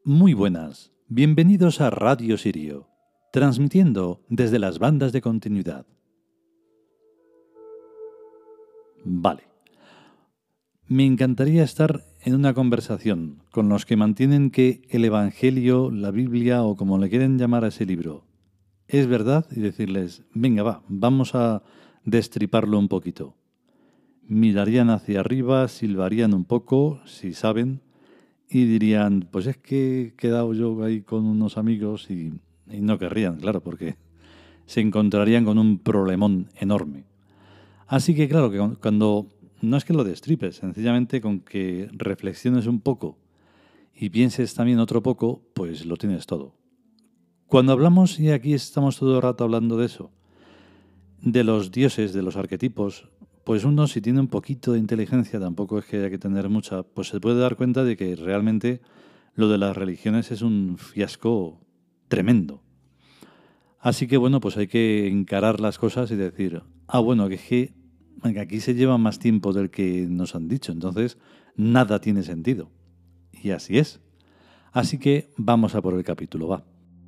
Muy buenas, bienvenidos a Radio Sirio, transmitiendo desde las bandas de continuidad. Vale, me encantaría estar en una conversación con los que mantienen que el Evangelio, la Biblia o como le quieren llamar a ese libro, es verdad y decirles, venga vamos a destriparlo un poquito. Mirarían hacia arriba, silbarían un poco, si saben, y dirían, pues es que he quedado yo ahí con unos amigos y no querrían, claro, porque se encontrarían con un problemón enorme. Así que claro, que cuando no es que lo destripes, sencillamente con que reflexiones un poco y pienses también otro poco, pues lo tienes todo. Cuando hablamos, y aquí estamos todo el rato hablando de eso, de los dioses, de los arquetipos, pues uno si tiene un poquito de inteligencia, tampoco es que haya que tener mucha, pues se puede dar cuenta de que realmente lo de las religiones es un fiasco tremendo. Así que bueno, pues hay que encarar las cosas y decir, bueno, que aquí se lleva más tiempo del que nos han dicho, entonces nada tiene sentido. Y así es. Así que vamos a por el capítulo, va.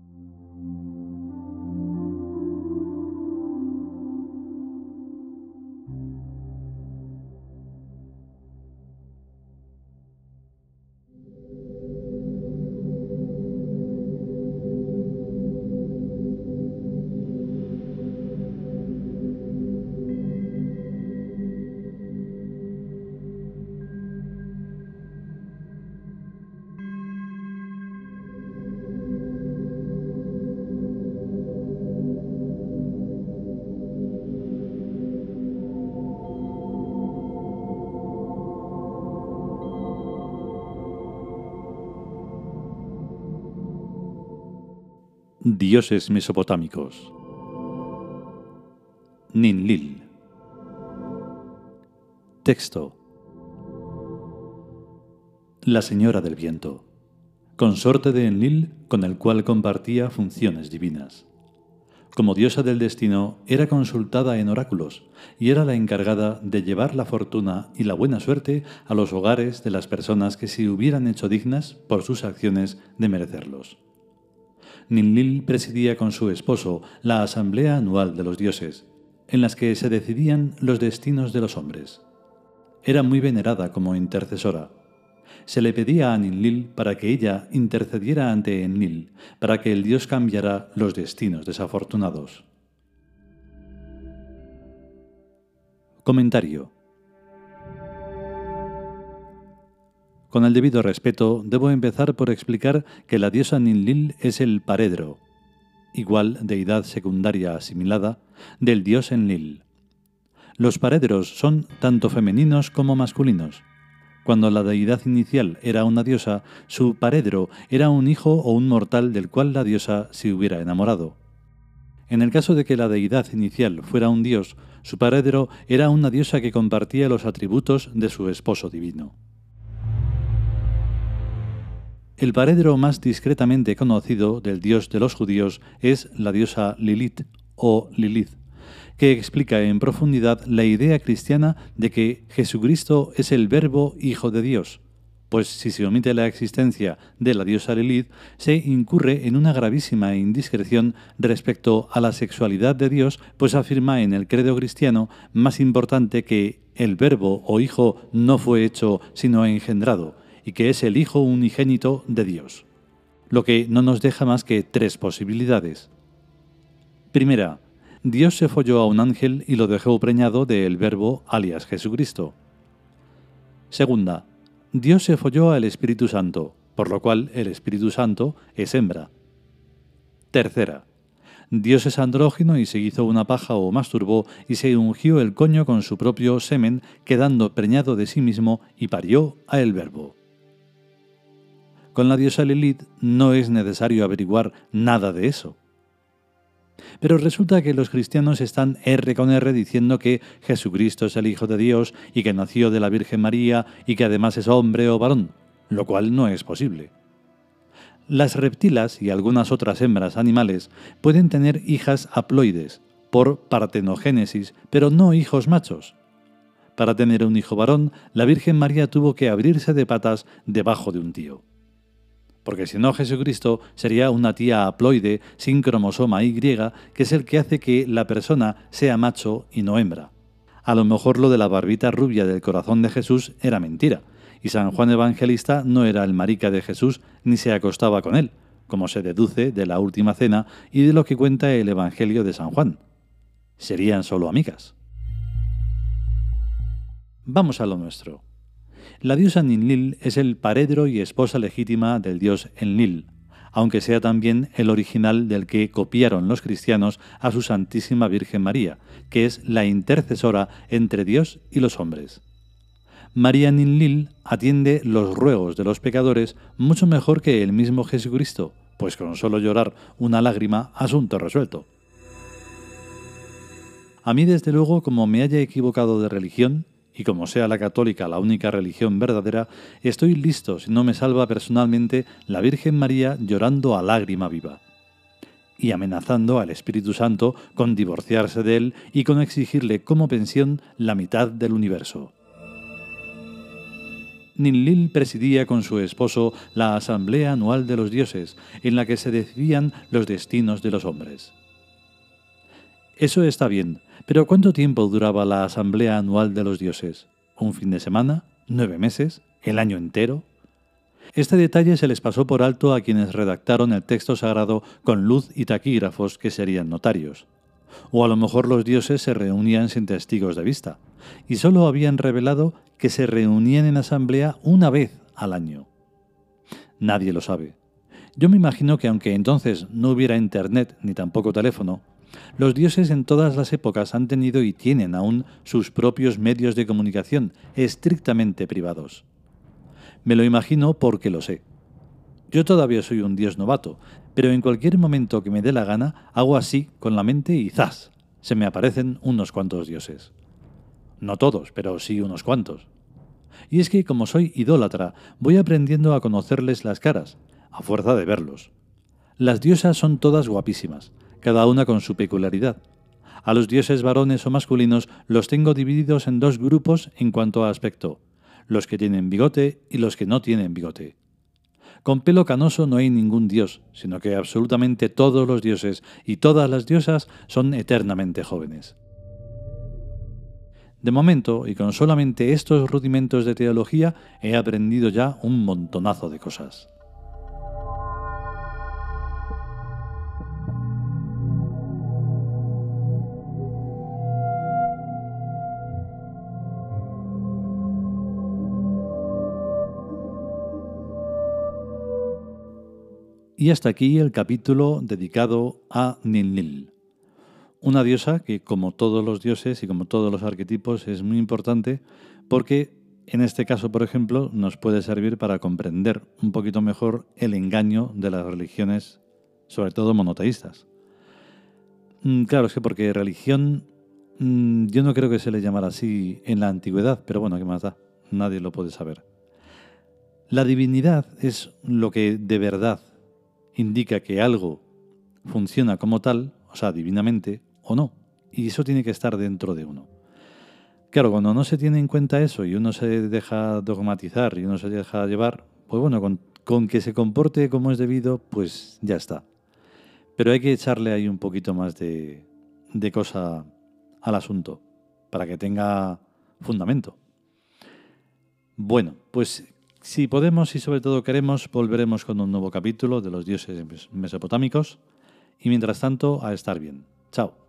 Dioses mesopotámicos. Ninlil. Texto. La señora del viento, consorte de Enlil con el cual compartía funciones divinas. Como diosa del destino, era consultada en oráculos y era la encargada de llevar la fortuna y la buena suerte a los hogares de las personas que se hubieran hecho dignas por sus acciones de merecerlos. Ninlil presidía con su esposo la asamblea anual de los dioses, en las que se decidían los destinos de los hombres. Era muy venerada como intercesora. Se le pedía a Ninlil para que ella intercediera ante Enlil, para que el dios cambiara los destinos desafortunados. Comentario. Con el debido respeto, debo empezar por explicar que la diosa Ninlil es el paredro, igual deidad secundaria asimilada, del dios Enlil. Los paredros son tanto femeninos como masculinos. Cuando la deidad inicial era una diosa, su paredro era un hijo o un mortal del cual la diosa se hubiera enamorado. En el caso de que la deidad inicial fuera un dios, su paredro era una diosa que compartía los atributos de su esposo divino. El paredro más discretamente conocido del dios de los judíos es la diosa Lilith o Lilith, que explica en profundidad la idea cristiana de que Jesucristo es el Verbo Hijo de Dios, pues si se omite la existencia de la diosa Lilith, se incurre en una gravísima indiscreción respecto a la sexualidad de Dios, pues afirma en el credo cristiano más importante que el Verbo o Hijo no fue hecho sino engendrado, y que es el Hijo unigénito de Dios. Lo que no nos deja más que tres posibilidades. Primera, Dios se folló a un ángel y lo dejó preñado del Verbo alias Jesucristo. Segunda, Dios se folló al Espíritu Santo, por lo cual el Espíritu Santo es hembra. Tercera, Dios es andrógino y se hizo una paja o masturbó y se ungió el coño con su propio semen, quedando preñado de sí mismo y parió a el Verbo. Con la diosa Lilith no es necesario averiguar nada de eso. Pero resulta que los cristianos están R con R diciendo que Jesucristo es el Hijo de Dios y que nació de la Virgen María y que además es hombre o varón, lo cual no es posible. Las reptilas y algunas otras hembras animales pueden tener hijas haploides por partenogénesis, pero no hijos machos. Para tener un hijo varón, la Virgen María tuvo que abrirse de patas debajo de un tío. porque si no Jesucristo sería una tía haploide sin cromosoma Y, que es el que hace que la persona sea macho y no hembra. A lo mejor lo de la barbita rubia del corazón de Jesús era mentira, y San Juan Evangelista no era el marica de Jesús ni se acostaba con él, como se deduce de la Última Cena y de lo que cuenta el Evangelio de San Juan. Serían solo amigas. Vamos a lo nuestro. La diosa Ninlil es el paredro y esposa legítima del dios Enlil, aunque sea también el original del que copiaron los cristianos a su Santísima Virgen María, que es la intercesora entre Dios y los hombres. María Ninlil atiende los ruegos de los pecadores mucho mejor que el mismo Jesucristo, pues con solo llorar una lágrima, asunto resuelto. A mí, desde luego, como me haya equivocado de religión, y como sea la católica la única religión verdadera, estoy listo si no me salva personalmente la Virgen María llorando a lágrima viva y amenazando al Espíritu Santo con divorciarse de él y con exigirle como pensión la mitad del universo. Ninlil presidía con su esposo la Asamblea Anual de los Dioses, en la que se decidían los destinos de los hombres. Eso está bien, pero ¿cuánto tiempo duraba la Asamblea Anual de los Dioses? ¿Un fin de semana? ¿9 meses? ¿El año entero? Este detalle se les pasó por alto a quienes redactaron el texto sagrado con luz y taquígrafos, que serían notarios. O a lo mejor los dioses se reunían sin testigos de vista, y solo habían revelado que se reunían en asamblea una vez al año. Nadie lo sabe. Yo me imagino que aunque entonces no hubiera internet ni tampoco teléfono, los dioses en todas las épocas han tenido y tienen aún sus propios medios de comunicación estrictamente privados. Me lo imagino porque lo sé. Yo todavía soy un dios novato, pero en cualquier momento que me dé la gana hago así con la mente y ¡zas!, se me aparecen unos cuantos dioses. No todos, pero sí unos cuantos. Y es que como soy idólatra, voy aprendiendo a conocerles las caras, a fuerza de verlos. Las diosas son todas guapísimas, cada una con su peculiaridad. A los dioses varones o masculinos los tengo divididos en 2 grupos en cuanto a aspecto, los que tienen bigote y los que no tienen bigote. Con pelo canoso no hay ningún dios, sino que absolutamente todos los dioses y todas las diosas son eternamente jóvenes. De momento, y con solamente estos rudimentos de teología, he aprendido ya un montonazo de cosas. Y hasta aquí el capítulo dedicado a Ninlil. Una diosa que, como todos los dioses y como todos los arquetipos, es muy importante porque, en este caso, por ejemplo, nos puede servir para comprender un poquito mejor el engaño de las religiones, sobre todo monoteístas. Claro, es que porque religión, yo no creo que se le llamara así en la antigüedad, pero bueno, ¿qué más da? Nadie lo puede saber. La divinidad es lo que de verdad indica que algo funciona como tal, o sea, divinamente, o no. Y eso tiene que estar dentro de uno. Claro, cuando no se tiene en cuenta eso y uno se deja dogmatizar y uno se deja llevar, pues bueno, con que se comporte como es debido, pues ya está. Pero hay que echarle ahí un poquito más de cosa al asunto, para que tenga fundamento. Bueno, pues si podemos y sobre todo queremos, volveremos con un nuevo capítulo de los dioses mesopotámicos. Y mientras tanto, a estar bien. Chao.